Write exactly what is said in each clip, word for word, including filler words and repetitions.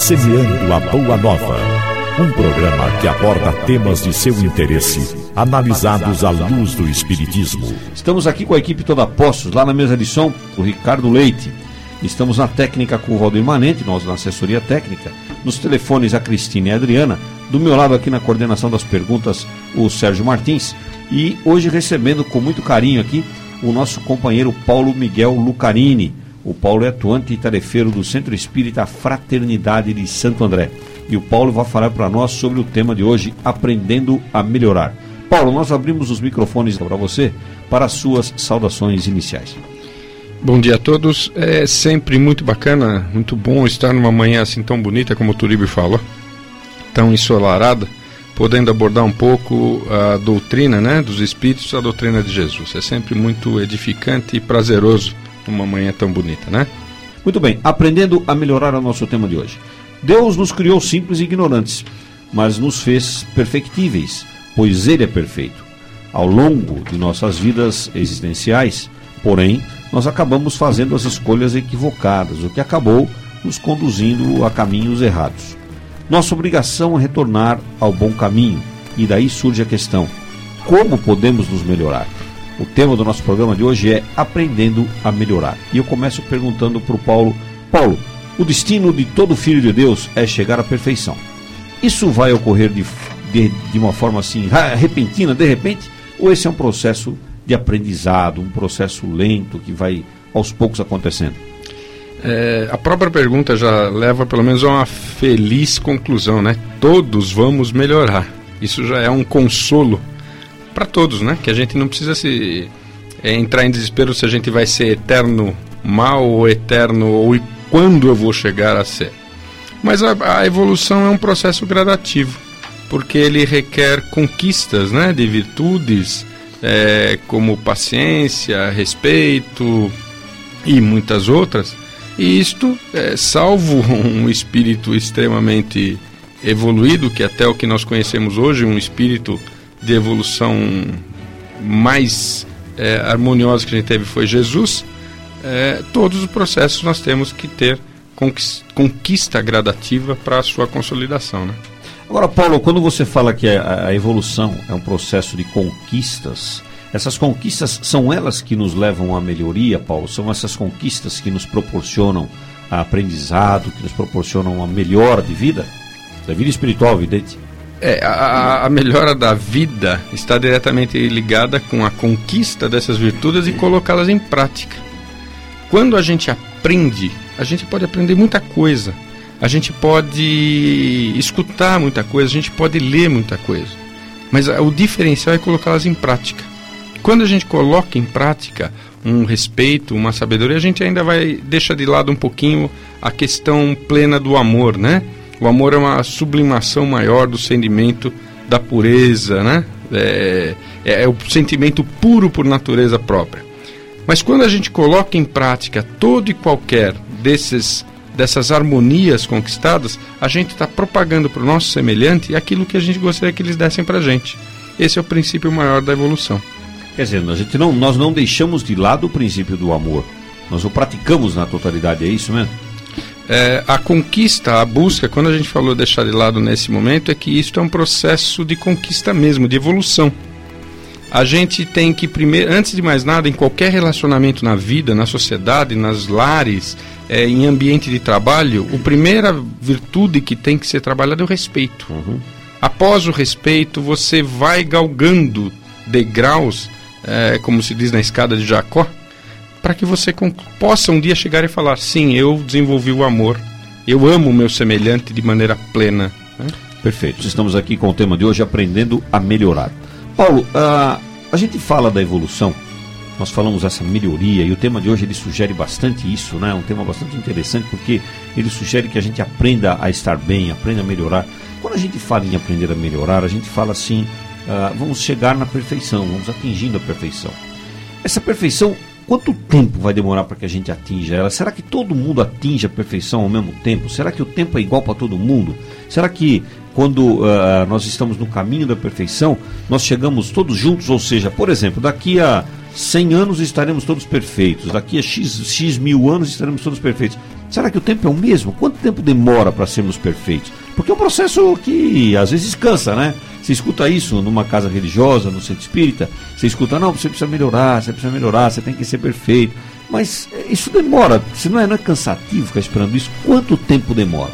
Semeando a Boa Nova. Um programa que aborda temas de seu interesse, analisados à luz do Espiritismo. Estamos aqui com a equipe toda postos, lá na mesa de som, o Ricardo Leite. Estamos na técnica com o Valdir Manente, nós na assessoria técnica. Nos telefones a Cristina e a Adriana. Do meu lado aqui na coordenação das perguntas, o Sérgio Martins. E hoje recebendo com muito carinho aqui o nosso companheiro Paulo Miguel Lucarini. O Paulo é atuante e tarefeiro do Centro Espírita Fraternidade de Santo André. E o Paulo vai falar para nós sobre o tema de hoje, Aprendendo a Melhorar. Paulo, nós abrimos os microfones para você para as suas saudações iniciais. Bom dia a todos. É sempre muito bacana, muito bom estar numa manhã assim tão bonita como o Turibe falou, tão ensolarada, podendo abordar um pouco a doutrina, né, dos Espíritos, a doutrina de Jesus. É sempre muito edificante e prazeroso numa manhã tão bonita, né? Muito bem, aprendendo a melhorar é o nosso tema de hoje. Deus nos criou simples e ignorantes, mas nos fez perfectíveis, pois Ele é perfeito. Ao longo de nossas vidas existenciais, porém, nós acabamos fazendo as escolhas equivocadas, o que acabou nos conduzindo a caminhos errados. Nossa obrigação é retornar ao bom caminho, e daí surge a questão: como podemos nos melhorar? O tema do nosso programa de hoje é Aprendendo a Melhorar. E eu começo perguntando para o Paulo: Paulo, o destino de todo filho de Deus é chegar à perfeição. Isso vai ocorrer de, de, de uma forma assim, repentina, de repente? Ou esse é um processo de aprendizado, um processo lento que vai aos poucos acontecendo? É, a própria pergunta já leva pelo menos a uma feliz conclusão, né? Todos vamos melhorar. Isso já é um consolo para todos, né? Que a gente não precisa se é, entrar em desespero se a gente vai ser eterno mal ou eterno ou quando eu vou chegar a ser. Mas a, a evolução é um processo gradativo, porque ele requer conquistas, né, de virtudes, é, como paciência, respeito e muitas outras. E isto, é, salvo um espírito extremamente evoluído, que até o que nós conhecemos hoje, um espírito de evolução mais é, harmoniosa que a gente teve foi Jesus. É, todos os processos nós temos que ter conquista, conquista gradativa para a sua consolidação, né? Agora, Paulo, quando você fala que a, a evolução é um processo de conquistas, essas conquistas são elas que nos levam à melhoria, Paulo? São essas conquistas que nos proporcionam aprendizado, que nos proporcionam uma melhora de vida? Da vida espiritual, evidente. É, a, a melhora da vida está diretamente ligada com a conquista dessas virtudes e colocá-las em prática. Quando a gente aprende, a gente pode aprender muita coisa, a gente pode escutar muita coisa, a gente pode ler muita coisa, mas o diferencial é colocá-las em prática. Quando a gente coloca em prática um respeito, uma sabedoria, a gente ainda vai deixar de lado um pouquinho a questão plena do amor, né? O amor é uma sublimação maior do sentimento da pureza, né? É, é o sentimento puro por natureza própria. Mas quando a gente coloca em prática todo e qualquer desses, dessas harmonias conquistadas, a gente está propagando para o nosso semelhante aquilo que a gente gostaria que eles dessem para a gente. Esse é o princípio maior da evolução. Quer dizer, a gente não, nós não deixamos de lado o princípio do amor. Nós o praticamos na totalidade, é isso mesmo? É, a conquista, a busca, quando a gente falou deixar de lado nesse momento, é que isso é um processo de conquista mesmo, de evolução. A gente tem que primeiro, antes de mais nada, em qualquer relacionamento na vida, na sociedade, nas lares, é, em ambiente de trabalho, a primeira virtude que tem que ser trabalhada é o respeito. Uhum. Após o respeito, você vai galgando degraus, é, como se diz na escada de Jacó, para que você possa um dia chegar e falar: sim, eu desenvolvi o amor, eu amo o meu semelhante de maneira plena, né? Perfeito. Estamos aqui com o tema de hoje, Aprendendo a Melhorar. Paulo, a, a gente fala da evolução, nós falamos essa melhoria, e o tema de hoje ele sugere bastante isso, né? Um tema bastante interessante, porque ele sugere que a gente aprenda a estar bem, aprenda a melhorar. Quando a gente fala em aprender a melhorar, a gente fala assim, uh, vamos chegar na perfeição, vamos atingindo a perfeição. Essa perfeição, quanto tempo vai demorar para que a gente atinja ela? Será que todo mundo atinge a perfeição ao mesmo tempo? Será que o tempo é igual para todo mundo? Será que quando uh, nós estamos no caminho da perfeição, nós chegamos todos juntos? Ou seja, por exemplo, daqui a cem anos estaremos todos perfeitos, daqui a X, X mil anos estaremos todos perfeitos. será que o tempo é o mesmo? Quanto tempo demora para sermos perfeitos? Porque é um processo que às vezes cansa, né? Você escuta isso numa casa religiosa, no centro espírita, você escuta, não, você precisa melhorar, você precisa melhorar, você tem que ser perfeito. Mas isso demora, se não é, não é cansativo ficar esperando isso, quanto tempo demora?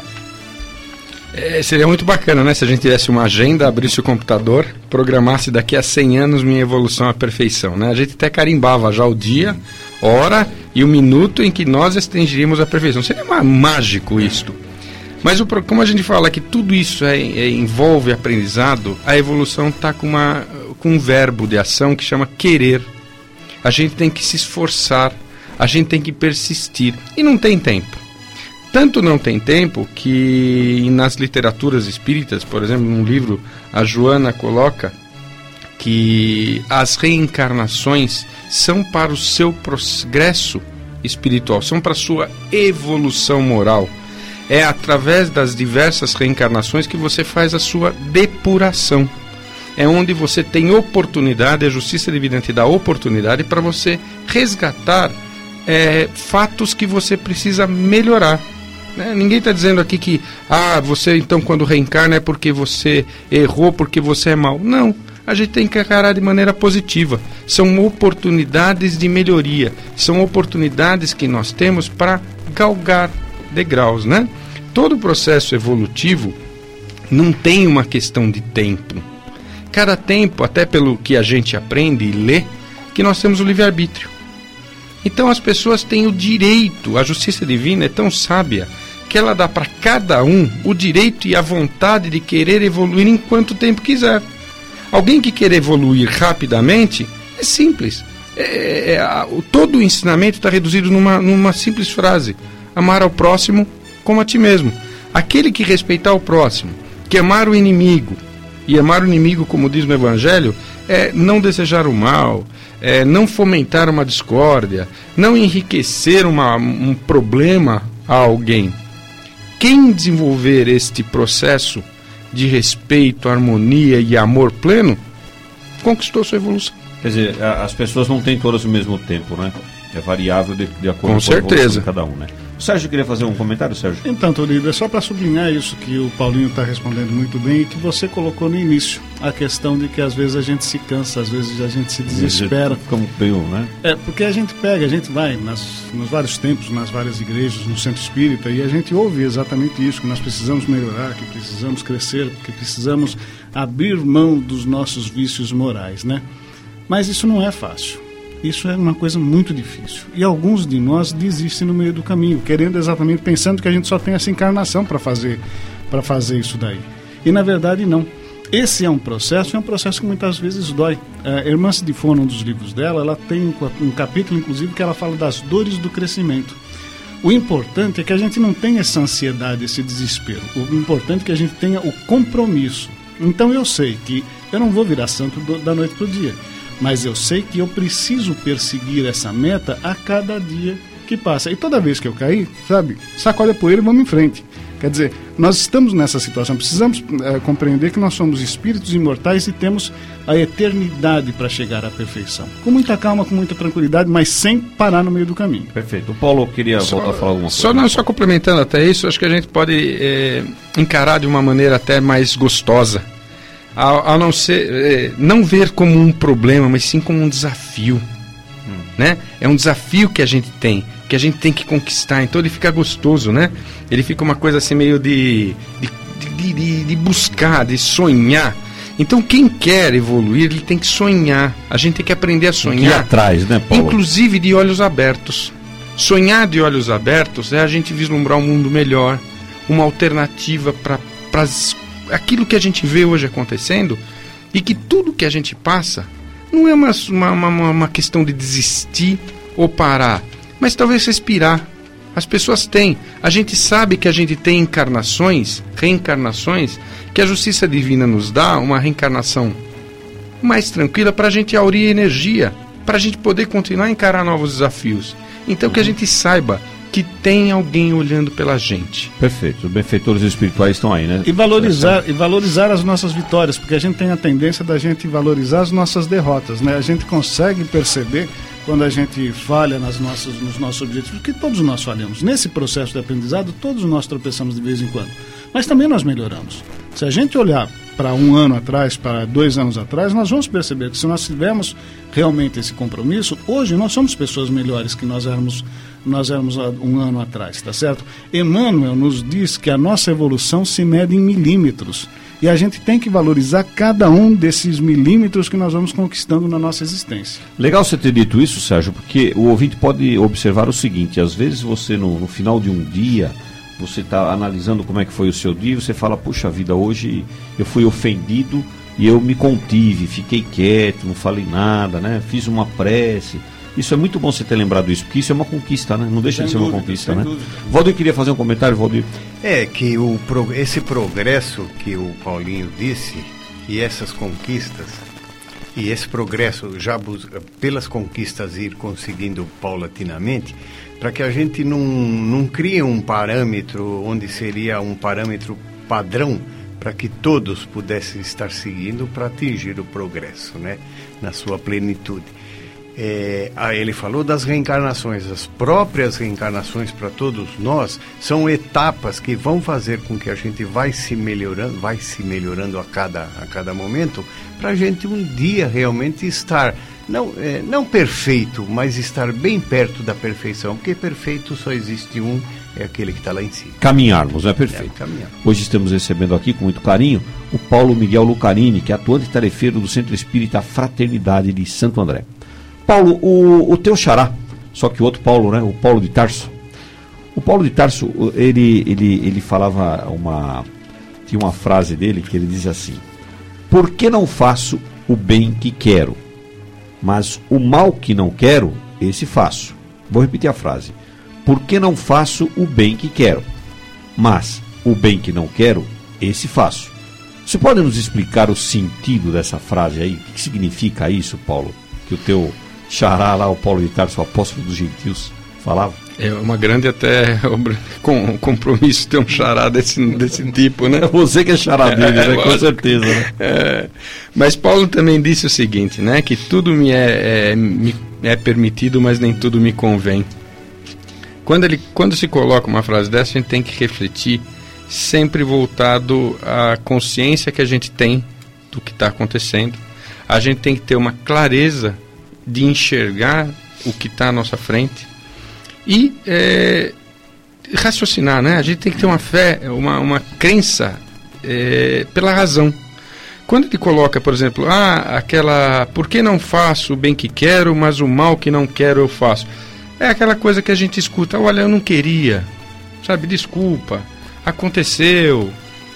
É, seria muito bacana, né? Se a gente tivesse uma agenda, abrisse o computador, programasse daqui a cem anos minha evolução à perfeição, né? A gente até carimbava já o dia, hora e o minuto em que nós atingiríamos a perfeição. Seria uma, mágico isto. Mas o, como a gente fala que tudo isso é, é, envolve aprendizado, a evolução está com, uma, com um verbo de ação que chama querer. A gente tem que se esforçar, a gente tem que persistir. E não tem tempo. Tanto não tem tempo que nas literaturas espíritas, por exemplo, num livro, a Joana coloca que as reencarnações são para o seu progresso espiritual, são para a sua evolução moral. É através das diversas reencarnações que você faz a sua depuração. É onde você tem oportunidade, a justiça divina te dá oportunidade para você resgatar é, fatos que você precisa melhorar. Né? Ninguém está dizendo aqui que ah, você então quando reencarna é porque você errou, porque você é mau. Não, a gente tem que encarar de maneira positiva. São oportunidades de melhoria, são oportunidades que nós temos para galgar degraus, né? Todo o processo evolutivo não tem uma questão de tempo. Cada tempo, até pelo que a gente aprende e lê, que nós temos o livre-arbítrio. Então as pessoas têm o direito, a justiça divina é tão sábia, que ela dá para cada um o direito e a vontade de querer evoluir em quanto tempo quiser. Alguém que quer evoluir rapidamente, é simples. É, é, é, todo o ensinamento está reduzido numa, numa simples frase: amar ao próximo como a ti mesmo. Aquele que respeitar o próximo, que amar o inimigo, e amar o inimigo, como diz no Evangelho, é não desejar o mal, é não fomentar uma discórdia, não enriquecer uma, um problema a alguém. Quem desenvolver este processo de respeito, harmonia e amor pleno, conquistou sua evolução. Quer dizer, a, as pessoas não têm todas o mesmo tempo, né? É variável de, de acordo com, com certeza. de cada um, né? O Sérgio queria fazer um comentário, Sérgio? Então, Toledo, é só para sublinhar isso que o Paulinho está respondendo muito bem e que você colocou no início, a questão de que às vezes a gente se cansa, às vezes a gente se desespera. Como eu, né? É, porque a gente pega, a gente vai nas, nos vários templos, nas várias igrejas, no centro espírita, e a gente ouve exatamente isso, que nós precisamos melhorar, que precisamos crescer, que precisamos abrir mão dos nossos vícios morais, né? Mas isso não é fácil. Isso é uma coisa muito difícil. E alguns de nós desistem no meio do caminho, querendo exatamente, pensando que a gente só tem essa encarnação para fazer, para fazer isso daí. E na verdade não. Esse é um processo, é um processo que muitas vezes dói. A irmã Cidifona, um dos livros dela, ela tem um, um capítulo, inclusive, que ela fala das dores do crescimento. O importante é que a gente não tenha essa ansiedade, esse desespero. O importante é que a gente tenha o compromisso. Então eu sei que eu não vou virar santo do, da noite para o dia. Mas eu sei que eu preciso perseguir essa meta a cada dia que passa. E toda vez que eu cair, sabe, sacode a poeira e vamos em frente. Quer dizer, nós estamos nessa situação, precisamos é, compreender que nós somos espíritos imortais e temos a eternidade para chegar à perfeição. Com muita calma, com muita tranquilidade, mas sem parar no meio do caminho. Perfeito. O Paulo queria só, voltar a falar alguma coisa. Só, não, só complementando até isso, acho que a gente pode é, encarar de uma maneira até mais gostosa. A, a não ser, é, não ver como um problema, mas sim como um desafio. Hum. Né? É um desafio que a gente tem, que a gente tem que conquistar. Então ele fica gostoso, né? Ele fica uma coisa assim meio de, de, de, de, de buscar, de sonhar. Então quem quer evoluir, ele tem que sonhar. A gente tem que aprender a sonhar. Ir atrás, né, Paulo? Inclusive de olhos abertos. Sonhar de olhos abertos é a gente vislumbrar um mundo melhor, uma alternativa para as aquilo que a gente vê hoje acontecendo, e que tudo que a gente passa não é uma, uma, uma, uma questão de desistir ou parar, mas talvez respirar. As pessoas têm, a gente sabe que a gente tem encarnações, reencarnações, que a justiça divina nos dá uma reencarnação mais tranquila para a gente aurir energia, para a gente poder continuar a encarar novos desafios. Então que a gente saiba que tem alguém olhando pela gente. Perfeito. Os benfeitores espirituais estão aí, né? E valorizar, e valorizar as nossas vitórias, porque a gente tem a tendência da gente valorizar as nossas derrotas, né? A gente consegue perceber quando a gente falha nas nossas, nos nossos objetivos, porque todos nós falhamos. Nesse processo de aprendizado, todos nós tropeçamos de vez em quando. Mas também nós melhoramos. Se a gente olhar para um ano atrás, para dois anos atrás, nós vamos perceber que se nós tivermos realmente esse compromisso, hoje nós somos pessoas melhores que nós éramos, nós éramos há um ano atrás, tá certo? Emmanuel nos diz que a nossa evolução se mede em milímetros. E a gente tem que valorizar cada um desses milímetros que nós vamos conquistando na nossa existência. Legal você ter dito isso, Sérgio, porque o ouvinte pode observar o seguinte: às vezes você no, no final de um dia, você está analisando como é que foi o seu dia e você fala, puxa vida, hoje eu fui ofendido e eu me contive, fiquei quieto, não falei nada, né? Fiz uma prece. Isso é muito bom você ter lembrado isso, porque isso é uma conquista, né? Não deixa sem de ser dúvida, uma conquista, né? Dúvida. Valdir queria fazer um comentário, Valdir. É que o, esse progresso que o Paulinho disse, e essas conquistas, e esse progresso já pelas conquistas ir conseguindo paulatinamente, para que a gente não, não crie um parâmetro onde seria um parâmetro padrão para que todos pudessem estar seguindo para atingir o progresso, né? Na sua plenitude. É, ele falou das reencarnações. As próprias reencarnações para todos nós são etapas que vão fazer com que a gente vai se melhorando, vai se melhorando a cada, a cada momento, para a gente um dia realmente estar não, é, não perfeito, mas estar bem perto da perfeição, porque perfeito só existe um, é aquele que está lá em cima. Caminharmos, é perfeito. É, caminhar. Hoje estamos recebendo aqui com muito carinho o Paulo Miguel Lucarini, que é atuante tarefeiro do Centro Espírita Fraternidade de Santo André. Paulo, o, o teu xará, só que o outro Paulo, né? O Paulo de Tarso. O Paulo de Tarso, ele, ele, ele falava uma... Tinha uma frase dele que ele dizia assim: por que não faço o bem que quero, mas o mal que não quero, esse faço. Vou repetir a frase. Por que não faço o bem que quero, mas o bem que não quero, esse faço. Você pode nos explicar o sentido dessa frase aí? O que significa isso, Paulo? Que o teu xará lá, o Paulo de Tarso, o apóstolo dos gentios, falava? É uma grande até com compromisso ter um xará desse, desse tipo, né? Você que é xará dele, é, né? Com certeza, né? É, mas Paulo também disse o seguinte, né? Que tudo me é, é, me é permitido, mas nem tudo me convém. Quando, ele, quando se coloca uma frase dessa, a gente tem que refletir sempre voltado à consciência que a gente tem do que está acontecendo. A gente tem que ter uma clareza de enxergar o que está à nossa frente e é, raciocinar, né? A gente tem que ter uma fé, uma, uma crença é, pela razão. Quando ele coloca, por exemplo, ah, aquela, por que não faço o bem que quero, mas o mal que não quero eu faço? É aquela coisa que a gente escuta, olha, eu não queria, sabe, desculpa, aconteceu.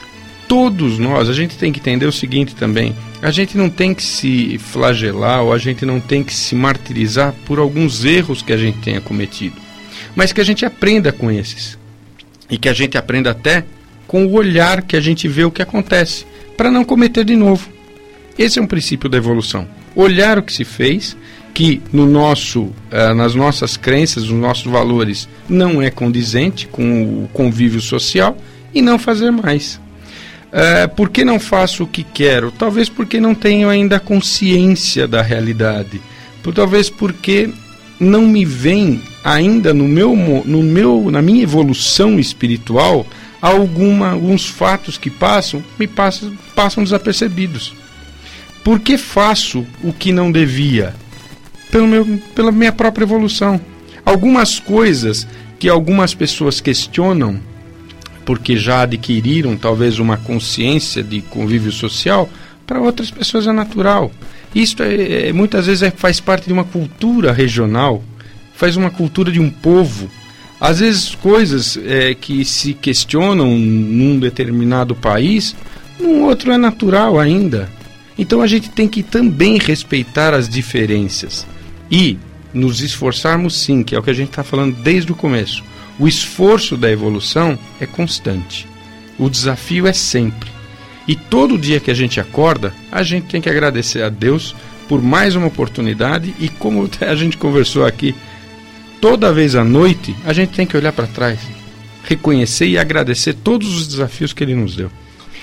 Todos nós, a gente tem que entender o seguinte também, a gente não tem que se flagelar ou a gente não tem que se martirizar por alguns erros que a gente tenha cometido, mas que a gente aprenda com esses e que a gente aprenda até com o olhar que a gente vê o que acontece, para não cometer de novo. Esse é um princípio da evolução, olhar o que se fez, que no nosso, uh, nas nossas crenças, nos nossos valores não é condizente com o convívio social e não fazer mais. Uh, por que não faço o que quero? Talvez porque não tenho ainda consciência da realidade. Por, talvez porque não me vem ainda no meu, no meu, na minha evolução espiritual alguma, alguns fatos que passam, me passam, passam desapercebidos. Por que faço o que não devia? Pelo meu, pela minha própria evolução. Algumas coisas que algumas pessoas questionam porque já adquiriram talvez uma consciência de convívio social, para outras pessoas é natural. Isso é, é, muitas vezes é, faz parte de uma cultura regional, faz uma cultura de um povo. Às vezes coisas é, que se questionam num determinado país, num outro é natural ainda. Então a gente tem que também respeitar as diferenças e nos esforçarmos sim, que é o que a gente está falando desde o começo. O esforço da evolução é constante. O desafio é sempre. E todo dia que a gente acorda, a gente tem que agradecer a Deus por mais uma oportunidade e, como a gente conversou aqui, toda vez à noite, a gente tem que olhar para trás, reconhecer e agradecer todos os desafios que Ele nos deu.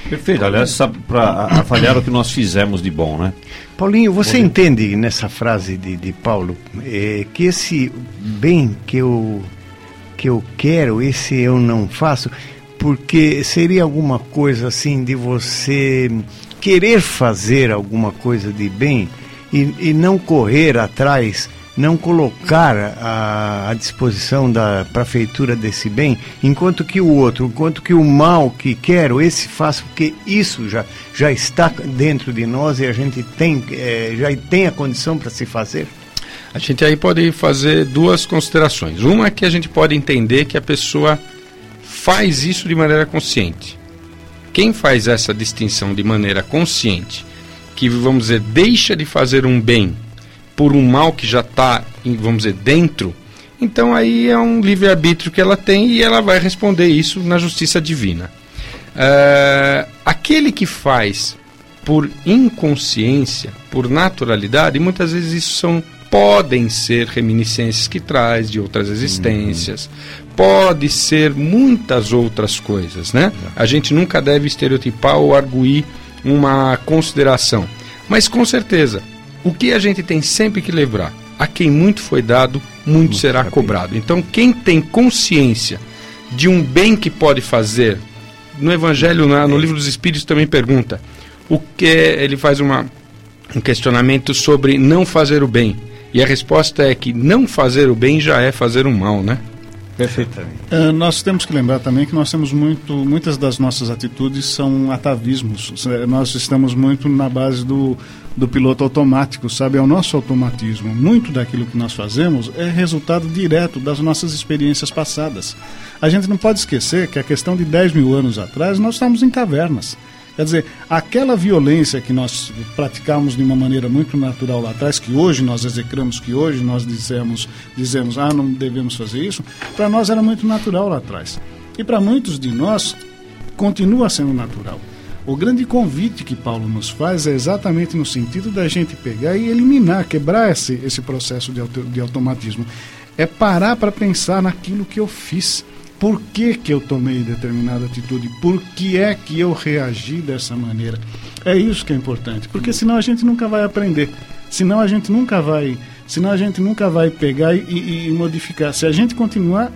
Perfeito, aliás, para avaliar o que nós fizemos de bom, né? Paulinho, você Bom, entende nessa frase de, de Paulo é, que esse bem que eu, que eu quero, esse eu não faço, porque seria alguma coisa assim de você querer fazer alguma coisa de bem e, e não correr atrás, não colocar à, à disposição da prefeitura desse bem, enquanto que o outro, enquanto que o mal que quero, esse faço, porque isso já, já está dentro de nós e a gente tem, é, já tem a condição para se fazer? A gente aí pode fazer duas considerações. Uma é que a gente pode entender que a pessoa faz isso de maneira consciente. Quem faz essa distinção de maneira consciente, que, vamos dizer, deixa de fazer um bem por um mal que já está, vamos dizer, dentro, então aí é um livre-arbítrio que ela tem e ela vai responder isso na justiça divina. Uh, aquele que faz por inconsciência, por naturalidade, muitas vezes isso são, podem ser reminiscências que traz de outras existências, uhum. pode ser muitas outras coisas, né? A gente nunca deve estereotipar ou arguir uma consideração, mas com certeza, o que a gente tem sempre que lembrar, a quem muito foi dado, muito, muito será rápido. cobrado. Então, quem tem consciência de um bem que pode fazer, no Evangelho, no, no Livro dos Espíritos também pergunta, o que ele faz uma, um questionamento sobre não fazer o bem. E a resposta é que não fazer o bem já é fazer o mal, né? Perfeitamente. Uh, nós temos que lembrar também que nós temos muito, muitas das nossas atitudes são atavismos. Nós estamos muito na base do, do piloto automático, sabe? É o nosso automatismo. Muito daquilo que nós fazemos é resultado direto das nossas experiências passadas. A gente não pode esquecer que a questão de dez mil anos atrás nós estávamos em cavernas. Quer dizer, aquela violência que nós praticamos de uma maneira muito natural lá atrás, que hoje nós execramos, que hoje nós dizemos, dizemos, ah, não devemos fazer isso, para nós era muito natural lá atrás. E para muitos de nós, continua sendo natural. O grande convite que Paulo nos faz é exatamente no sentido da gente pegar e eliminar, quebrar esse, esse processo de, auto, de automatismo. É parar para pensar naquilo que eu fiz. Por que que eu tomei determinada atitude? Por que é que eu reagi dessa maneira? É isso que é importante, porque senão a gente nunca vai aprender, senão a gente nunca vai, senão a gente nunca vai pegar e, e, e modificar. Se a gente continuar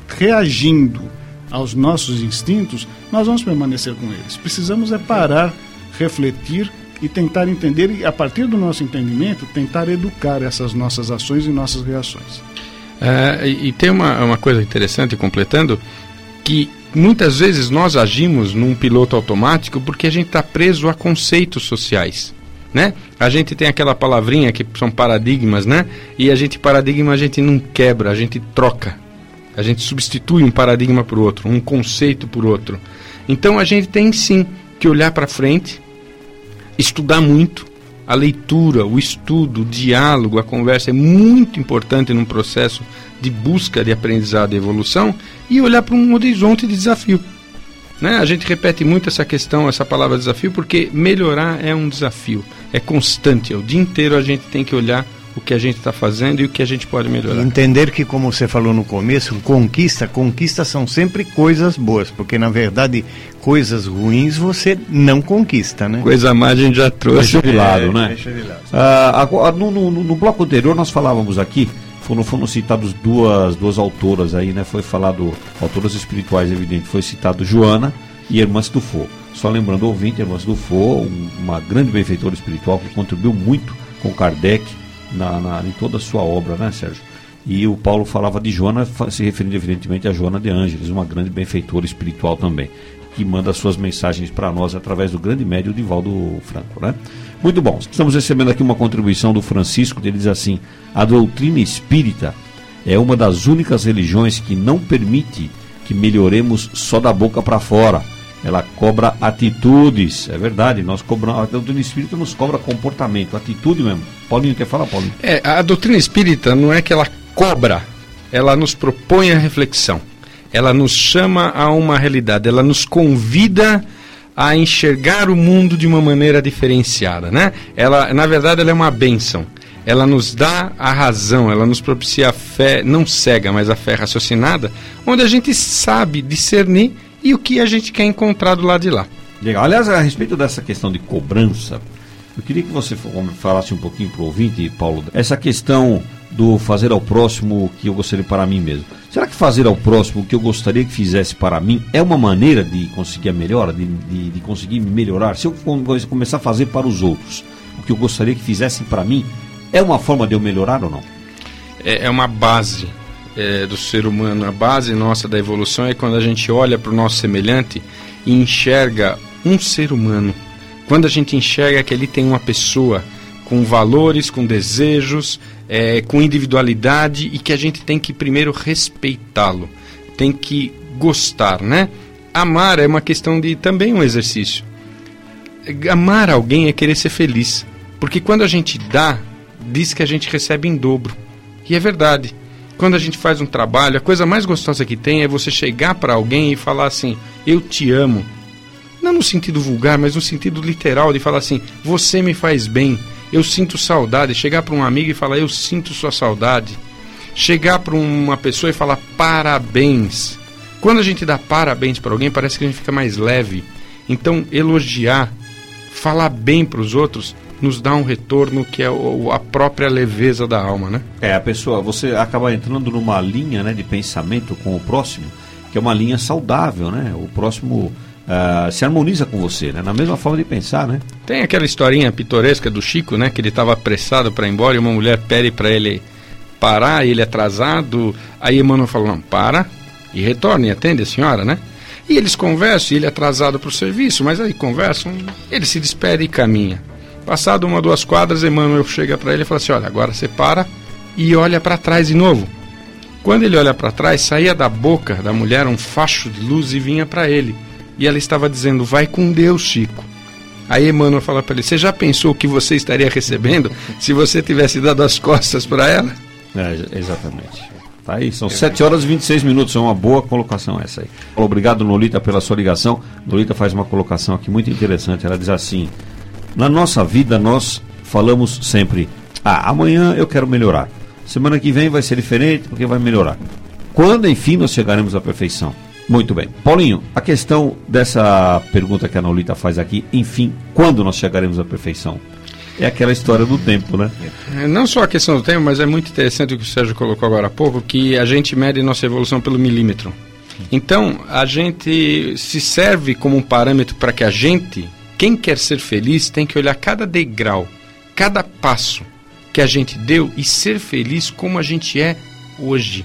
reagindo aos nossos instintos, nós vamos permanecer com eles. Precisamos é parar, refletir e tentar entender, e a partir do nosso entendimento, tentar educar essas nossas ações e nossas reações. Uh, e, e tem uma, uma coisa interessante, completando, que muitas vezes nós agimos num piloto automático porque a gente está preso a conceitos sociais, né? A gente tem aquela palavrinha que são paradigmas, né? E a gente, paradigma, a gente não quebra, a gente troca. A gente substitui um paradigma por outro, um conceito por outro. Então a gente tem sim que olhar para frente, estudar muito. A leitura, o estudo, o diálogo, a conversa é muito importante num processo de busca de aprendizado e evolução, e olhar para um horizonte de desafio. Né? A gente repete muito essa questão, essa palavra desafio, porque melhorar é um desafio, é constante. O dia inteiro a gente tem que olhar o que a gente está fazendo e o que a gente pode melhorar. Entender que, como você falou no começo, conquista, conquistas são sempre coisas boas, porque na verdade coisas ruins você não conquista, né? Coisa má a gente já trouxe. Deixa de lado, é, né? Deixa de lado. Ah, agora, no, no, no bloco anterior nós falávamos aqui, foram, foram citadas duas, duas autoras aí, né? Foi falado, autoras espirituais, evidente, foi citado Joana e Irmãs Dufaux. Só lembrando o ouvinte, Irmãs Dufaux, um, uma grande benfeitora espiritual que contribuiu muito com Kardec, Na, na, em toda a sua obra, né, Sérgio? E o Paulo falava de Joana, se referindo evidentemente a Joana de Ângeles, uma grande benfeitora espiritual também, que manda suas mensagens para nós através do grande médium Divaldo Franco, né? Muito bom, estamos recebendo aqui uma contribuição do Francisco, ele diz assim: a doutrina espírita é uma das únicas religiões que não permite que melhoremos só da boca para fora. Ela cobra atitudes, é verdade, nós cobramos, a doutrina espírita nos cobra comportamento, atitude mesmo. Paulinho, quer falar, Paulinho? É, a doutrina espírita não é que ela cobra, ela nos propõe a reflexão, ela nos chama a uma realidade, ela nos convida a enxergar o mundo de uma maneira diferenciada, né? Ela, na verdade, ela é uma bênção, ela nos dá a razão, ela nos propicia a fé, não cega, mas a fé raciocinada, onde a gente sabe discernir e o que a gente quer encontrar do lado de lá. Legal. Aliás, a respeito dessa questão de cobrança, eu queria que você falasse um pouquinho para o ouvinte, Paulo, essa questão do fazer ao próximo o que eu gostaria para mim mesmo. Será que fazer ao próximo o que eu gostaria que fizesse para mim é uma maneira de conseguir a melhora, de, de, de conseguir melhorar? Se eu começar a fazer para os outros o que eu gostaria que fizessem para mim, é uma forma de eu melhorar ou não? É, é uma base é, do ser humano. A base nossa da evolução é quando a gente olha para o nosso semelhante e enxerga um ser humano. Quando a gente enxerga que ali tem uma pessoa com valores, com desejos, é, com individualidade, e que a gente tem que primeiro respeitá-lo, tem que gostar, né? Amar é uma questão de também um exercício. Amar alguém é querer ser feliz, porque quando a gente dá, diz que a gente recebe em dobro, e é verdade. Quando a gente faz um trabalho, a coisa mais gostosa que tem é você chegar para alguém e falar assim: eu te amo. Não no sentido vulgar, mas no sentido literal, de falar assim: você me faz bem, eu sinto saudade. Chegar para um amigo e falar: eu sinto sua saudade. Chegar para uma pessoa e falar parabéns. Quando a gente dá parabéns para alguém, parece que a gente fica mais leve. Então, elogiar, falar bem para os outros, nos dá um retorno que é o, a própria leveza da alma, né? É, a pessoa, você acaba entrando numa linha, né, de pensamento com o próximo, que é uma linha saudável, né? O próximo... Uh, se harmoniza com você, né? Na mesma forma de pensar, né? Tem aquela historinha pitoresca do Chico, né? Que ele estava apressado para ir embora e uma mulher pede para ele parar, ele atrasado. Aí Emmanuel falou: não, para e retorne e atende a senhora, né? E eles conversam, e ele atrasado para o serviço, mas aí conversam, ele se despede e caminha. Passado uma, duas quadras, Emmanuel chega para ele e fala assim: olha, agora você para e olha para trás de novo. Quando ele olha para trás, saía da boca da mulher um facho de luz e vinha para ele. E ela estava dizendo: vai com Deus, Chico. Aí Emmanuel fala para ele: você já pensou o que você estaria recebendo se você tivesse dado as costas para ela? É, exatamente. Tá aí, são sete horas e vinte e seis minutos, é uma boa colocação essa aí. Obrigado, Nolita, pela sua ligação. Nolita faz uma colocação aqui muito interessante. Ela diz assim: na nossa vida nós falamos sempre: ah, amanhã eu quero melhorar, semana que vem vai ser diferente porque vai melhorar. Quando enfim nós chegaremos à perfeição? Muito bem. Paulinho, a questão dessa pergunta que a Nolita faz aqui, enfim, quando nós chegaremos à perfeição? É aquela história do tempo, né? É, não só a questão do tempo, mas é muito interessante o que o Sérgio colocou agora há pouco, que a gente mede nossa evolução pelo milímetro. Então, a gente se serve como um parâmetro para que a gente, quem quer ser feliz, tem que olhar cada degrau, cada passo que a gente deu e ser feliz como a gente é hoje.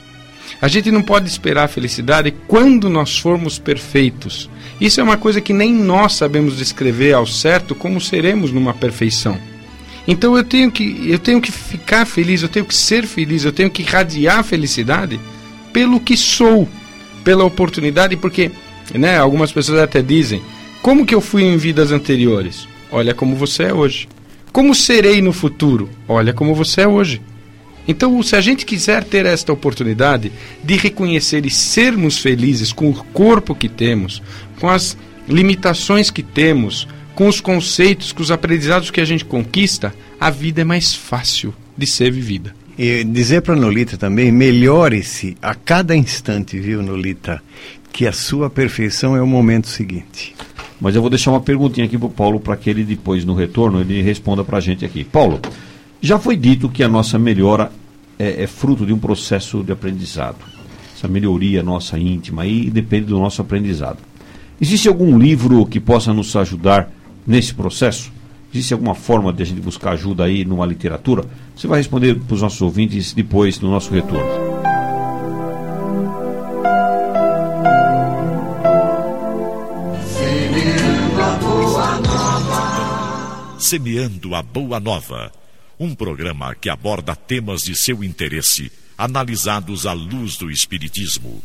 A gente não pode esperar a felicidade quando nós formos perfeitos. Isso é uma coisa que nem nós sabemos descrever ao certo como seremos numa perfeição. Então eu tenho que, eu tenho que ficar feliz, eu tenho que ser feliz, eu tenho que irradiar a felicidade pelo que sou, pela oportunidade, porque, né, algumas pessoas até dizem: como que eu fui em vidas anteriores? Olha como você é hoje. Como serei no futuro? Olha como você é hoje. Então, se a gente quiser ter esta oportunidade de reconhecer e sermos felizes com o corpo que temos, com as limitações que temos, com os conceitos, com os aprendizados que a gente conquista, a vida é mais fácil de ser vivida. E dizer para a Nolita também: melhore-se a cada instante, viu, Nolita? Que a sua perfeição é o momento seguinte. Mas eu vou deixar uma perguntinha aqui para o Paulo, para que ele depois, no retorno, ele responda para a gente aqui. Paulo, já foi dito que a nossa melhora é, é fruto de um processo de aprendizado. Essa melhoria nossa íntima aí depende do nosso aprendizado. Existe algum livro que possa nos ajudar nesse processo? Existe alguma forma de a gente buscar ajuda aí numa literatura? Você vai responder para os nossos ouvintes depois, no nosso retorno. Semeando a Boa Nova, um programa que aborda temas de seu interesse, analisados à luz do Espiritismo.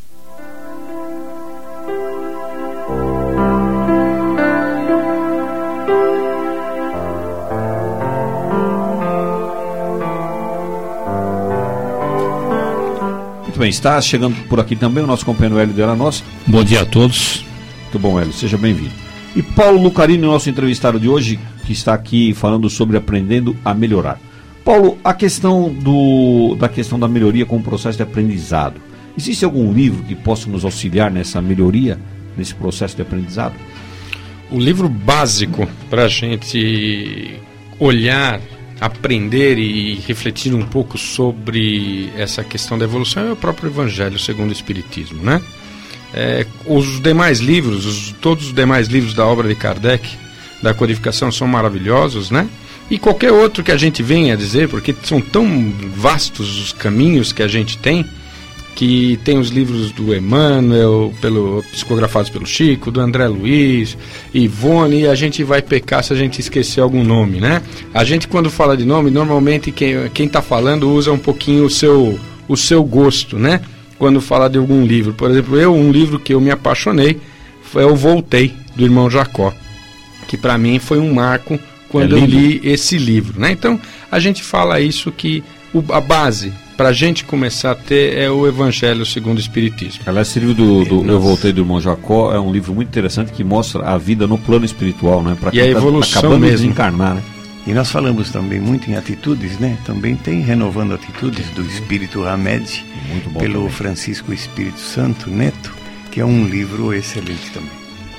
Muito bem, está chegando por aqui também o nosso companheiro Hélio Della Nossa. Bom dia a todos. Muito bom, Hélio, seja bem-vindo. E Paulo Lucarini, nosso entrevistado de hoje, que está aqui falando sobre aprendendo a melhorar. Paulo, a questão do, da questão da melhoria com o processo de aprendizado. Existe algum livro que possa nos auxiliar nessa melhoria, nesse processo de aprendizado? O livro básico para a gente olhar, aprender e refletir um pouco sobre essa questão da evolução é o próprio Evangelho segundo o Espiritismo, né? É, os demais livros, os, todos os demais livros da obra de Kardec, da codificação, são maravilhosos, né? E qualquer outro que a gente venha a dizer, porque são tão vastos os caminhos que a gente tem, que tem os livros do Emmanuel, pelo, psicografados pelo Chico, do André Luiz, Ivone, e a gente vai pecar se a gente esquecer algum nome, né? A gente, quando fala de nome, normalmente quem está falando usa um pouquinho o seu, o seu gosto, né? Quando fala de algum livro. Por exemplo, eu, um livro que eu me apaixonei, foi Eu Voltei, do irmão Jacó, que para mim foi um marco quando é eu li esse livro, né? Então, a gente fala isso que o, a base para a gente começar a ter é o Evangelho segundo o Espiritismo. Aliás, esse livro do, do Eu Voltei, do irmão Jacó, é um livro muito interessante que mostra a vida no plano espiritual, né? Pra e a evolução acabando mesmo. de desencarnar, né? E nós falamos também muito em atitudes, né? Também tem Renovando Atitudes, do Espírito Hamed, muito bom, pelo também. Francisco Espírito Santo Neto, que é um livro excelente também.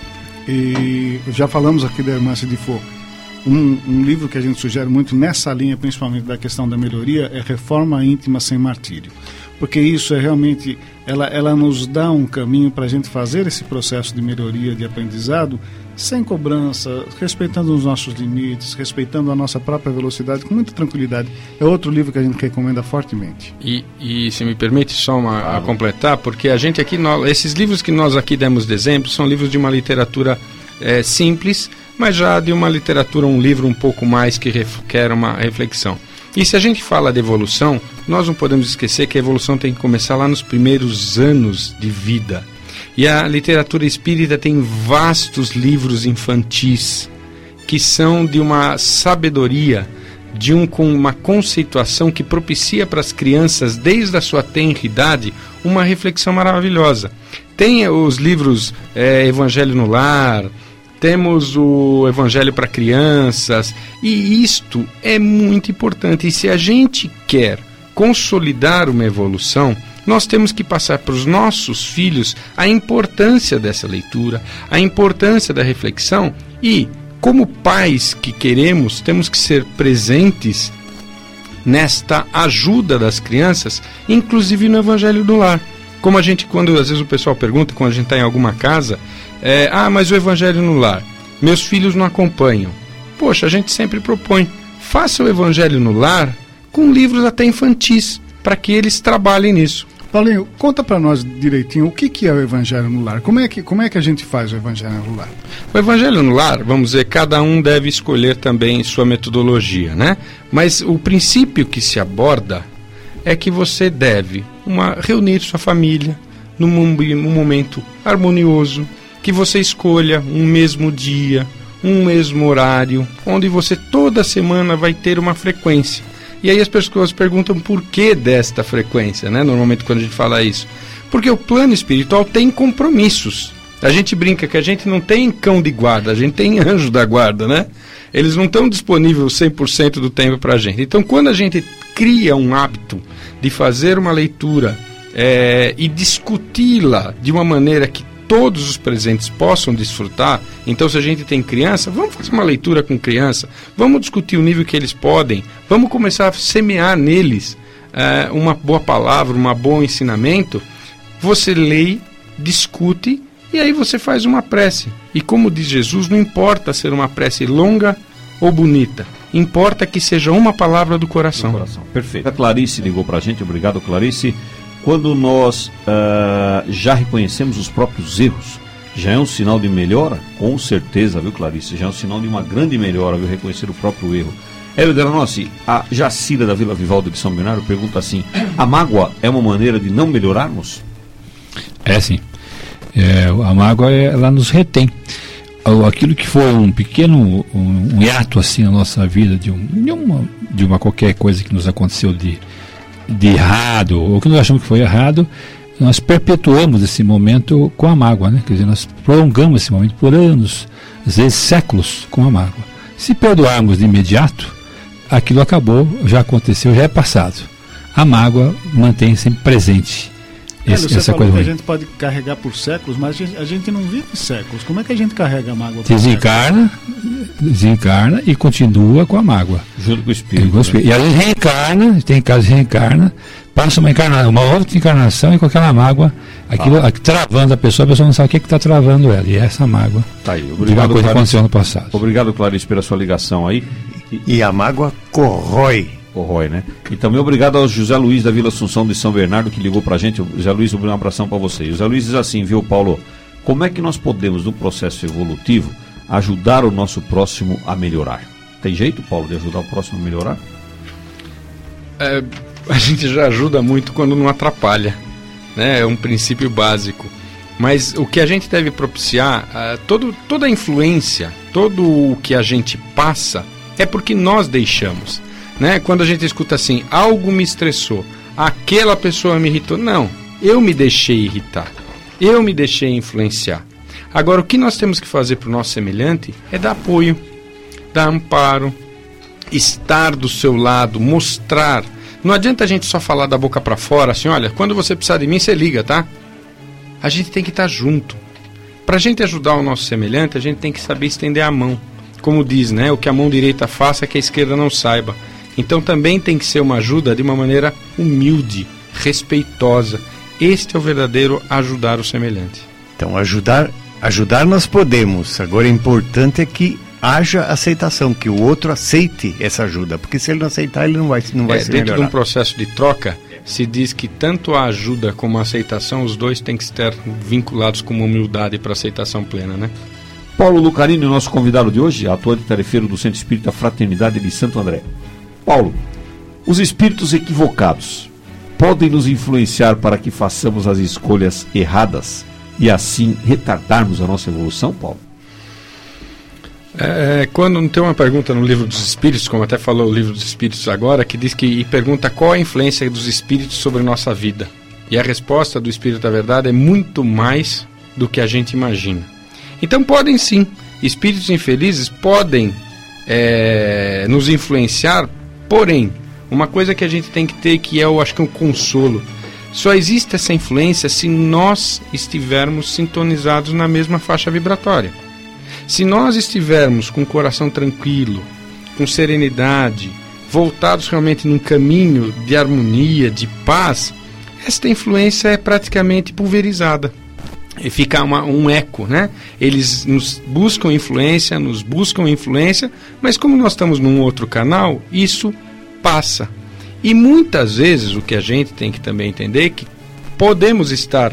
E já falamos aqui da Irmã Cidifô. Um, um livro que a gente sugere muito nessa linha, principalmente da questão da melhoria, é Reforma Íntima Sem Martírio. Porque isso é realmente, ela, ela nos dá um caminho para a gente fazer esse processo de melhoria, de aprendizado, sem cobrança, respeitando os nossos limites, respeitando a nossa própria velocidade, com muita tranquilidade. É outro livro que a gente recomenda fortemente. E, e se me permite só uma, a completar, porque a gente aqui, nós, esses livros que nós aqui demos de exemplo, são livros de uma literatura é, simples, mas já de uma literatura, um livro um pouco mais que requer uma reflexão. E se a gente fala de evolução, nós não podemos esquecer que a evolução tem que começar lá nos primeiros anos de vida. E a literatura espírita tem vastos livros infantis, que são de uma sabedoria, de um, com uma conceituação que propicia para as crianças, desde a sua tenra idade, uma reflexão maravilhosa. Tem os livros é, Evangelho no Lar, temos o Evangelho para crianças, e isto é muito importante. E se a gente quer consolidar uma evolução, nós temos que passar para os nossos filhos a importância dessa leitura, a importância da reflexão, e, como pais que queremos, temos que ser presentes nesta ajuda das crianças, inclusive no Evangelho do Lar. Como a gente, quando às vezes o pessoal pergunta, quando a gente está em alguma casa, é, ah, mas o Evangelho no Lar, meus filhos não acompanham. Poxa, a gente sempre propõe, faça o Evangelho no Lar com livros até infantis, para que eles trabalhem nisso. Paulinho, conta para nós direitinho o que, que é o Evangelho no Lar. Como é, que, como é que a gente faz o Evangelho no Lar? O Evangelho no Lar, vamos dizer, cada um deve escolher também sua metodologia, né? Mas o princípio que se aborda é que você deve uma, reunir sua família num, num momento harmonioso, que você escolha um mesmo dia, um mesmo horário, onde você toda semana vai ter uma frequência. E aí as pessoas perguntam por que desta frequência, né? Normalmente quando a gente fala isso. Porque o plano espiritual tem compromissos. A gente brinca que a gente não tem cão de guarda, a gente tem anjo da guarda, né? Eles não estão disponíveis cem por cento do tempo para a gente. Então, quando a gente cria um hábito de fazer uma leitura é, e discuti-la de uma maneira que todos os presentes possam desfrutar. Então, se a gente tem criança, vamos fazer uma leitura com criança, vamos discutir o nível que eles podem, vamos começar a semear neles uh, uma boa palavra, um bom ensinamento. Você lê, discute e aí você faz uma prece. E como diz Jesus, não importa ser uma prece longa ou bonita, importa que seja uma palavra do coração. Do coração. Perfeito. A Clarice ligou para a gente, obrigado, Clarice. Quando nós uh, já reconhecemos os próprios erros, já é um sinal de melhora? Com certeza, viu, Clarice? Já é um sinal de uma grande melhora, viu, reconhecer o próprio erro. Hélio Delanossi, a Jacira da Vila Vivaldo de São Bernardo pergunta assim: a mágoa é uma maneira de não melhorarmos? É sim. É, a mágoa, ela nos retém. Aquilo que foi um pequeno um, um hiato assim na nossa vida, de, um, de, uma, de uma qualquer coisa que nos aconteceu de de errado, ou que nós achamos que foi errado, nós perpetuamos esse momento com a mágoa, né? Quer dizer, nós prolongamos esse momento por anos, às vezes séculos, com a mágoa. Se perdoarmos de imediato, aquilo acabou, já aconteceu, já é passado. A mágoa mantém sempre presente esse, você essa falou coisa que a ruim. gente pode carregar por séculos, mas a gente, a gente não vive séculos. Como é que a gente carrega a mágoa por Desencarna, desencarna e continua com a mágoa. Junto com o espírito. Com o espírito. E às vezes reencarna, tem casos de reencarna, passa uma, encarna, uma outra encarnação e com aquela mágoa, aquilo Ah. travando a pessoa, a pessoa não sabe o que está travando ela. E é essa mágoa. Tá aí. De uma Obrigado, coisa que Clarice. aconteceu no passado. Obrigado, Clarice, pela sua ligação aí. E a mágoa corrói. Corrói, né? E também obrigado ao José Luiz da Vila Assunção de São Bernardo, que ligou pra gente. José Luiz, um abração para você. E o José Luiz diz assim, viu, Paulo? Como é que nós podemos, no processo evolutivo, ajudar o nosso próximo a melhorar? Tem jeito, Paulo, de ajudar o próximo a melhorar? É, a gente já ajuda muito quando não atrapalha, né? É um princípio básico. Mas o que a gente deve propiciar, uh, todo, toda a influência, todo o que a gente passa, é porque nós deixamos. Né? Quando a gente escuta assim, algo me estressou, aquela pessoa me irritou. Não, eu me deixei irritar, eu me deixei influenciar. Agora, o que nós temos que fazer para o nosso semelhante é dar apoio, dar amparo, estar do seu lado, mostrar. Não adianta a gente só falar da boca para fora, assim, olha, quando você precisar de mim, você liga, tá? A gente tem que estar junto. Para a gente ajudar o nosso semelhante, a gente tem que saber estender a mão. Como diz, né? O que a mão direita faça, que a esquerda não saiba. Então também tem que ser uma ajuda de uma maneira humilde, respeitosa. Este é o verdadeiro ajudar o semelhante. Então, ajudar, ajudar nós podemos. Agora, o importante é que haja aceitação, que o outro aceite essa ajuda. Porque se ele não aceitar, ele não vai, não vai É, se dentro melhorar. de um processo de troca, se diz que tanto a ajuda como a aceitação, os dois têm que estar vinculados com uma humildade para aceitação plena, né? Paulo Lucarini, nosso convidado de hoje, atuante tarefeiro do Centro Espírita Fraternidade de Santo André. Paulo, os espíritos equivocados podem nos influenciar para que façamos as escolhas erradas e assim retardarmos a nossa evolução, Paulo? É, quando tem uma pergunta no Livro dos Espíritos, como até falou o Livro dos Espíritos agora, que diz que e pergunta qual a influência dos espíritos sobre nossa vida. E a resposta do Espírito da Verdade é muito mais do que a gente imagina. Então podem sim, espíritos infelizes podem é, nos influenciar, porém, uma coisa que a gente tem que ter, que é, eu acho que é um consolo, só existe essa influência se nós estivermos sintonizados na mesma faixa vibratória. Se nós estivermos com o coração tranquilo, com serenidade, voltados realmente num caminho de harmonia, de paz, esta influência é praticamente pulverizada. E fica uma, um eco, né? Eles nos buscam influência, nos buscam influência, mas como nós estamos num outro canal, isso passa. E muitas vezes o que a gente tem que também entender é que podemos estar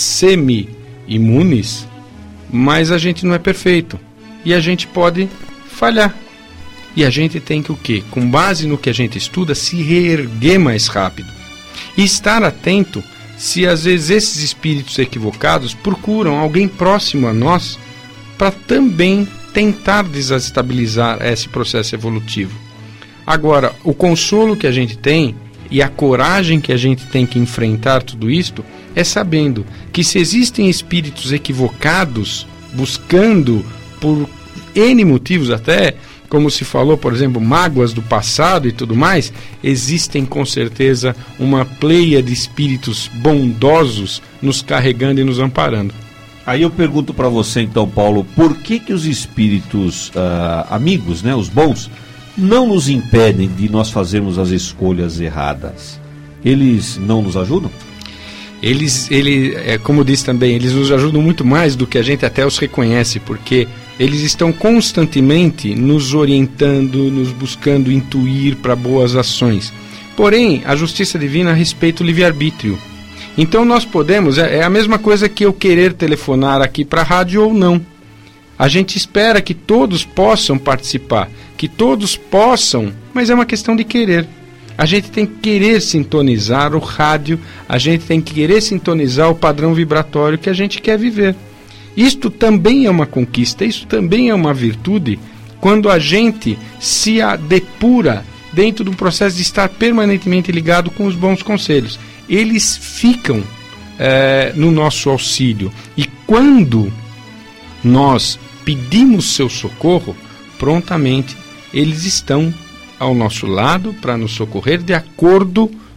semi-imunes, mas a gente não é perfeito. E a gente pode falhar. E a gente tem que o quê? Com base no que a gente estuda, se reerguer mais rápido. E estar atento se às vezes esses espíritos equivocados procuram alguém próximo a nós para também tentar desestabilizar esse processo evolutivo. Agora, o consolo que a gente tem e a coragem que a gente tem que enfrentar tudo isto é sabendo que se existem espíritos equivocados buscando por N motivos até, como se falou, por exemplo, mágoas do passado e tudo mais, existem com certeza uma pleia de espíritos bondosos nos carregando e nos amparando. Aí eu pergunto para você então, Paulo, por que que os espíritos uh, amigos, né, os bons, não nos impedem de nós fazermos as escolhas erradas? Eles não nos ajudam? Eles, ele, é, como disse também, eles nos ajudam muito mais do que a gente até os reconhece, porque eles estão constantemente nos orientando, nos buscando intuir para boas ações. Porém, a justiça divina respeita o livre-arbítrio. Então nós podemos, é, é a mesma coisa que eu querer telefonar aqui para a rádio ou não. A gente espera que todos possam participar, que todos possam, mas é uma questão de querer. A gente tem que querer sintonizar o rádio, a gente tem que querer sintonizar o padrão vibratório que a gente quer viver. Isto também é uma conquista, isso também é uma virtude, quando a gente se depura dentro do processo de estar permanentemente ligado com os bons conselhos. Eles ficam é, no nosso auxílio. E quando nós pedimos seu socorro, prontamente eles estão ao nosso lado para nos socorrer de acordo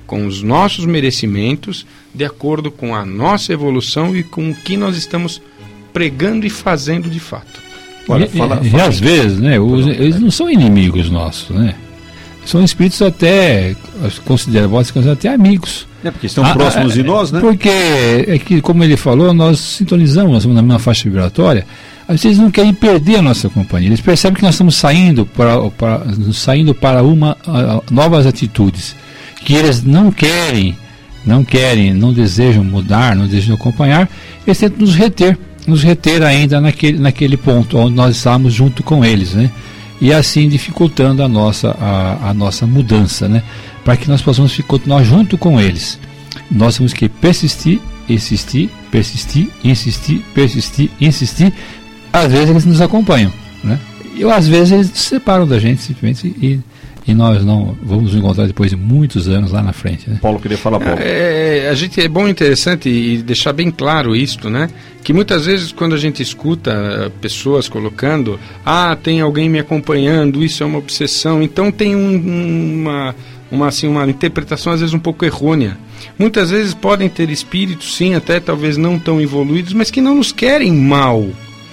com os nossos merecimentos, de acordo com a nossa evolução e com o que nós estamos pregando e fazendo de fato. Olha, e, fala, e, fala. e às vezes, né, os, eles não são inimigos nossos, né? São espíritos até, considerados até amigos. É, porque estão ah, próximos ah, de nós, né? Porque, é que, como ele falou, nós sintonizamos, nós estamos na mesma faixa vibratória. Às vezes não querem perder a nossa companhia. Eles percebem que nós estamos saindo para, para, saindo para uma, uh, novas atitudes. Que eles não querem, não querem, não desejam mudar, não desejam acompanhar. Eles tentam nos reter, nos reter ainda naquele, naquele ponto onde nós estamos junto com eles, né? E assim dificultando a nossa, a, a nossa mudança, né? Para que nós possamos continuar junto com eles. Nós temos que persistir, insistir, persistir, insistir, persistir, insistir. Às vezes eles nos acompanham, né? E às vezes eles se separam da gente simplesmente e, e nós não vamos nos encontrar depois de muitos anos lá na frente, né? Paulo, queria falar, Paulo. É, a gente, é bom e interessante e deixar bem claro isto, né? Que muitas vezes quando a gente escuta pessoas colocando, ah, tem alguém me acompanhando, isso é uma obsessão, então tem um, uma, uma, assim, uma interpretação às vezes um pouco errônea. Muitas vezes podem ter espíritos, sim, até talvez não tão evoluídos, mas que não nos querem mal.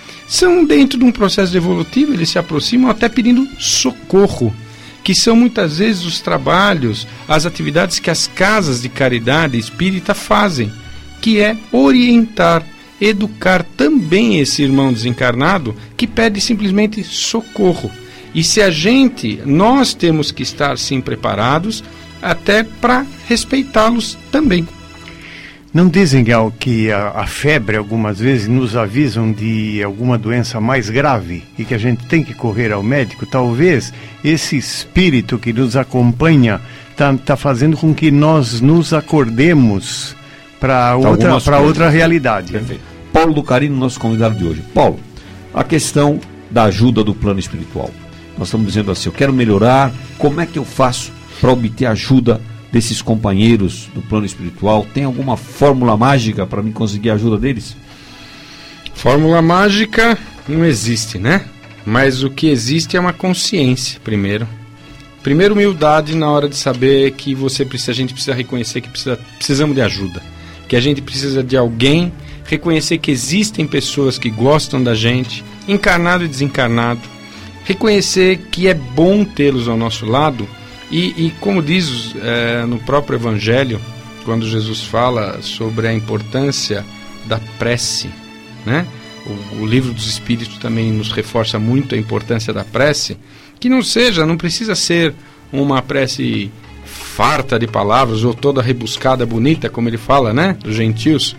São dentro de um processo evolutivo, eles se aproximam até pedindo socorro, que são muitas vezes os trabalhos, as atividades que as casas de caridade espírita fazem, que é orientar, educar também esse irmão desencarnado que pede simplesmente socorro. E se a gente, nós temos que estar sim preparados até para respeitá-los também. Não dizem que a, a febre algumas vezes nos avisam de alguma doença mais grave e que a gente tem que correr ao médico? Talvez esse espírito que nos acompanha está tá fazendo com que nós nos acordemos para outra, para outra realidade. Perfeito. Paulo do Carino, nosso convidado de hoje. Paulo, a questão da ajuda do plano espiritual. Nós estamos dizendo assim, eu quero melhorar, como é que eu faço para obter ajuda desses companheiros do plano espiritual? Tem alguma fórmula mágica para mim conseguir a ajuda deles? Fórmula mágica não existe, né? Mas o que existe é uma consciência, primeiro. Primeiro, humildade na hora de saber que você precisa, a gente precisa reconhecer que precisa, precisamos de ajuda. Que a gente precisa de alguém, reconhecer que existem pessoas que gostam da gente, encarnado e desencarnado. Reconhecer que é bom tê-los ao nosso lado. E, e como diz é, no próprio Evangelho, quando Jesus fala sobre a importância da prece, né? O, o livro dos Espíritos também nos reforça muito a importância da prece, que não seja, não precisa ser uma prece farta de palavras ou toda rebuscada, bonita, como ele fala, né? Dos gentios,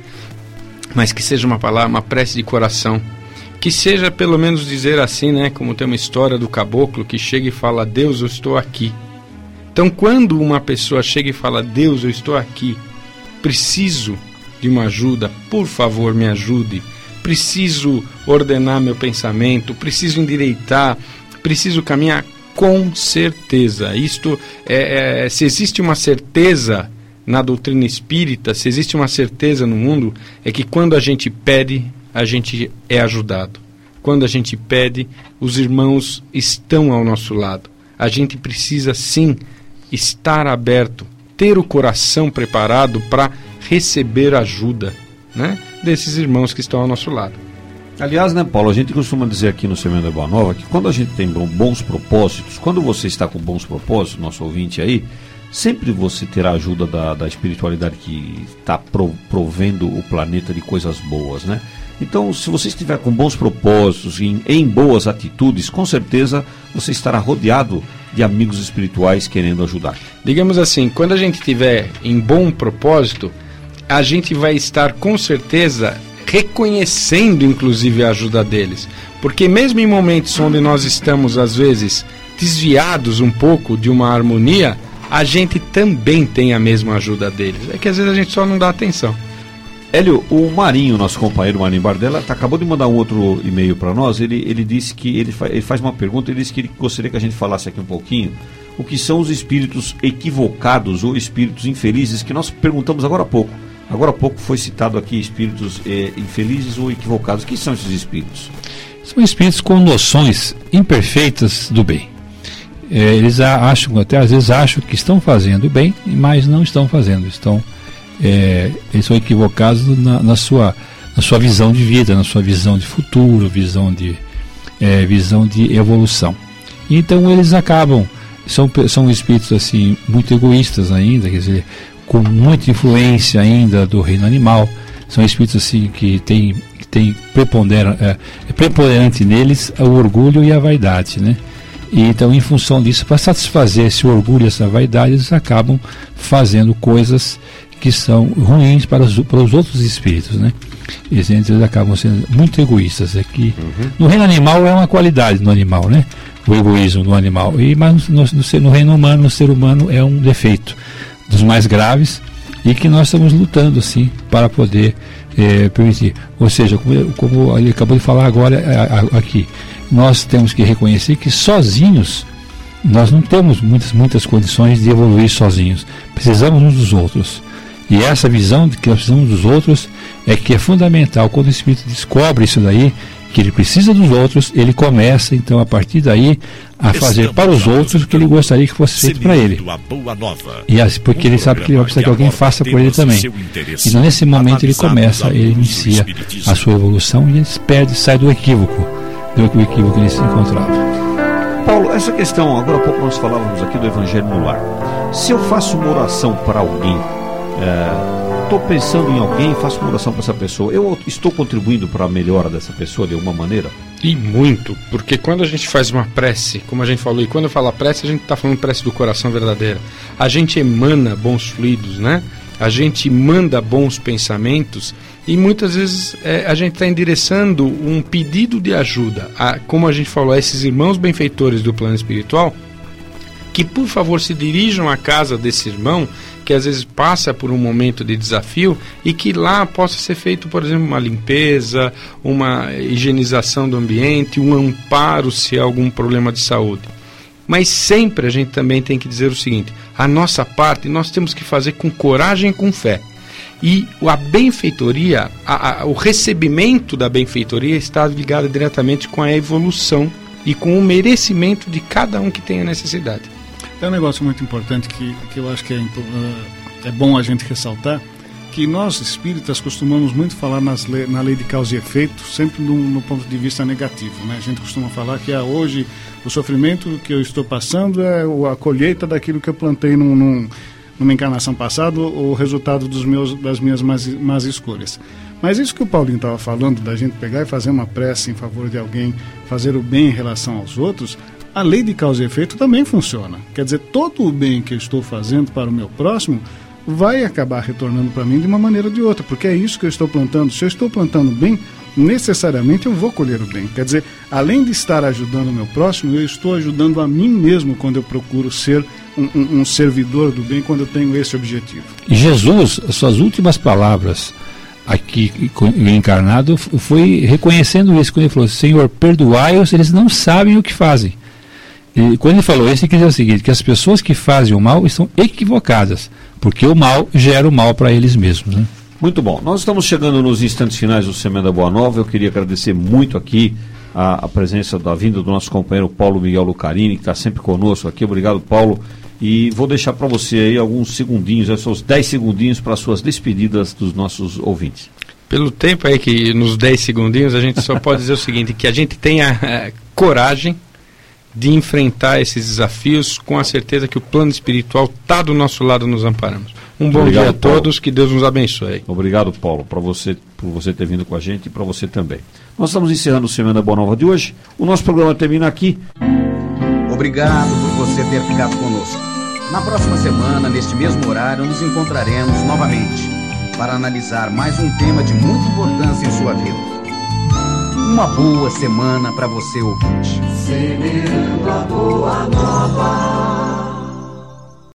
mas que seja uma palavra, uma prece de coração, que seja pelo menos dizer assim, né? Como tem uma história do caboclo que chega e fala, Deus, eu estou aqui. Então, quando uma pessoa chega e fala, Deus, eu estou aqui, preciso de uma ajuda, por favor, me ajude, preciso ordenar meu pensamento, preciso endireitar, preciso caminhar, com certeza. Isto é, é, se existe uma certeza na doutrina espírita, se existe uma certeza no mundo, é que quando a gente pede, a gente é ajudado. Quando a gente pede, os irmãos estão ao nosso lado. A gente precisa, sim, estar aberto, ter o coração preparado para receber ajuda, né, desses irmãos que estão ao nosso lado. Aliás, né, Paulo, a gente costuma dizer aqui no Semeando a Boa Nova que quando a gente tem bons propósitos, quando você está com bons propósitos, nosso ouvinte aí, sempre você terá a ajuda da, da espiritualidade que está provendo o planeta de coisas boas, né? Então, se você estiver com bons propósitos, em, em boas atitudes, com certeza você estará rodeado de amigos espirituais querendo ajudar. Digamos assim, quando a gente estiver em bom propósito, a gente vai estar com certeza reconhecendo inclusive a ajuda deles. Porque mesmo em momentos onde nós estamos às vezes desviados um pouco de uma harmonia, a gente também tem a mesma ajuda deles. É que às vezes a gente só não dá atenção. Hélio, o Marinho, nosso companheiro Marinho Bardella, tá, acabou de mandar um outro e-mail para nós. Ele, ele disse que ele, fa, ele faz uma pergunta, ele disse que ele gostaria que a gente falasse aqui um pouquinho o que são os espíritos equivocados ou espíritos infelizes, que nós perguntamos agora há pouco. Agora há pouco foi citado aqui espíritos eh, infelizes ou equivocados. O que são esses espíritos? São espíritos com noções imperfeitas do bem. é, eles acham, até às vezes acham que estão fazendo bem, mas não estão fazendo, estão, é, eles são equivocados na, na, sua, na sua visão de vida, na sua visão de futuro, visão de, é, visão de evolução. Então eles acabam, são, são espíritos assim, muito egoístas ainda, quer dizer, com muita influência ainda do reino animal, são espíritos assim que têm, que têm prepondera, é, é preponderante neles o orgulho e a vaidade, né? E então, em função disso, para satisfazer esse orgulho e essa vaidade, eles acabam fazendo coisas que são ruins para os, para os outros espíritos, né? Eles, eles acabam sendo muito egoístas. É que, uhum. No reino animal é uma qualidade no animal, né? O egoísmo no animal. E, mas no, no, no reino humano, no ser humano, é um defeito dos mais graves e que nós estamos lutando, assim, para poder é, permitir. Ou seja, como, como ele acabou de falar agora a, a, aqui, nós temos que reconhecer que sozinhos nós não temos muitas, muitas condições de evoluir sozinhos. Precisamos uns dos outros. E essa visão de que nós precisamos dos outros é que é fundamental. Quando o espírito descobre isso daí, que ele precisa dos outros, ele começa então a partir daí a fazer para os outros o que ele gostaria que fosse feito para ele. E assim, porque ele sabe que ele vai precisar que alguém faça por ele também. E nesse momento ele começa, ele inicia a sua evolução e ele perde, sai do equívoco. do equívoco que ele se encontrava. Paulo, essa questão, agora há pouco nós falávamos aqui do Evangelho no Lar. Se eu faço uma oração para alguém, estou é, pensando em alguém, faço uma oração para essa pessoa, eu estou contribuindo para a melhora dessa pessoa de alguma maneira? E muito, porque quando a gente faz uma prece, como a gente falou, e quando eu falo prece, a gente está falando prece do coração verdadeira. A gente emana bons fluidos, né? A gente manda bons pensamentos e muitas vezes é, a gente está endereçando um pedido de ajuda, a, como a gente falou, a esses irmãos benfeitores do plano espiritual, que por favor se dirijam à casa desse irmão, que às vezes passa por um momento de desafio e que lá possa ser feito, por exemplo, uma limpeza, uma higienização do ambiente, um amparo se há algum problema de saúde. Mas sempre a gente também tem que dizer o seguinte: a nossa parte nós temos que fazer com coragem e com fé. E a benfeitoria, a, a, o recebimento da benfeitoria está ligado diretamente com a evolução e com o merecimento de cada um que tem a necessidade. Tem um negócio muito importante que, que eu acho que é, uh, é bom a gente ressaltar, que nós espíritas costumamos muito falar nas le- na lei de causa e efeito, sempre no, no ponto de vista negativo, né? A gente costuma falar que ah, hoje o sofrimento que eu estou passando é a colheita daquilo que eu plantei num, num, numa encarnação passada, o resultado dos meus, das minhas más, más escolhas. Mas isso que o Paulinho estava falando, da gente pegar e fazer uma prece em favor de alguém, fazer o bem em relação aos outros, a lei de causa e efeito também funciona. Quer dizer, todo o bem que eu estou fazendo para o meu próximo vai acabar retornando para mim de uma maneira ou de outra, porque é isso que eu estou plantando. Se eu estou plantando bem, necessariamente eu vou colher o bem. Quer dizer, além de estar ajudando o meu próximo, eu estou ajudando a mim mesmo quando eu procuro ser um, um, um servidor do bem, quando eu tenho esse objetivo. E Jesus, as suas últimas palavras aqui encarnado, foi reconhecendo isso, quando ele falou: Senhor, perdoai-os, eles não sabem o que fazem. E quando ele falou isso, ele quer dizer o seguinte: que as pessoas que fazem o mal estão equivocadas, porque o mal gera o mal para eles mesmos, né? Muito bom. Nós estamos chegando nos instantes finais do Semana Boa Nova. Eu queria agradecer muito aqui a, a presença da vinda do nosso companheiro Paulo Miguel Lucarini, que está sempre conosco aqui. Obrigado, Paulo. E vou deixar para você aí alguns segundinhos, esses dez segundinhos para as suas despedidas dos nossos ouvintes. Pelo tempo aí que nos dez segundinhos a gente só pode dizer o seguinte: que a gente tenha a coragem de enfrentar esses desafios com a certeza que o plano espiritual está do nosso lado, nos amparamos. Um bom Obrigado, dia a todos, Paulo. Que Deus nos abençoe. Obrigado, Paulo, para você, por você ter vindo com a gente e para você também. Nós estamos encerrando o Semana Boa Nova de hoje. O nosso programa termina aqui. Obrigado por você ter ficado conosco. Na próxima semana, neste mesmo horário, nos encontraremos novamente para analisar mais um tema de muita importância em sua vida. Uma boa semana para você, ouvinte. Semeando a boa nova.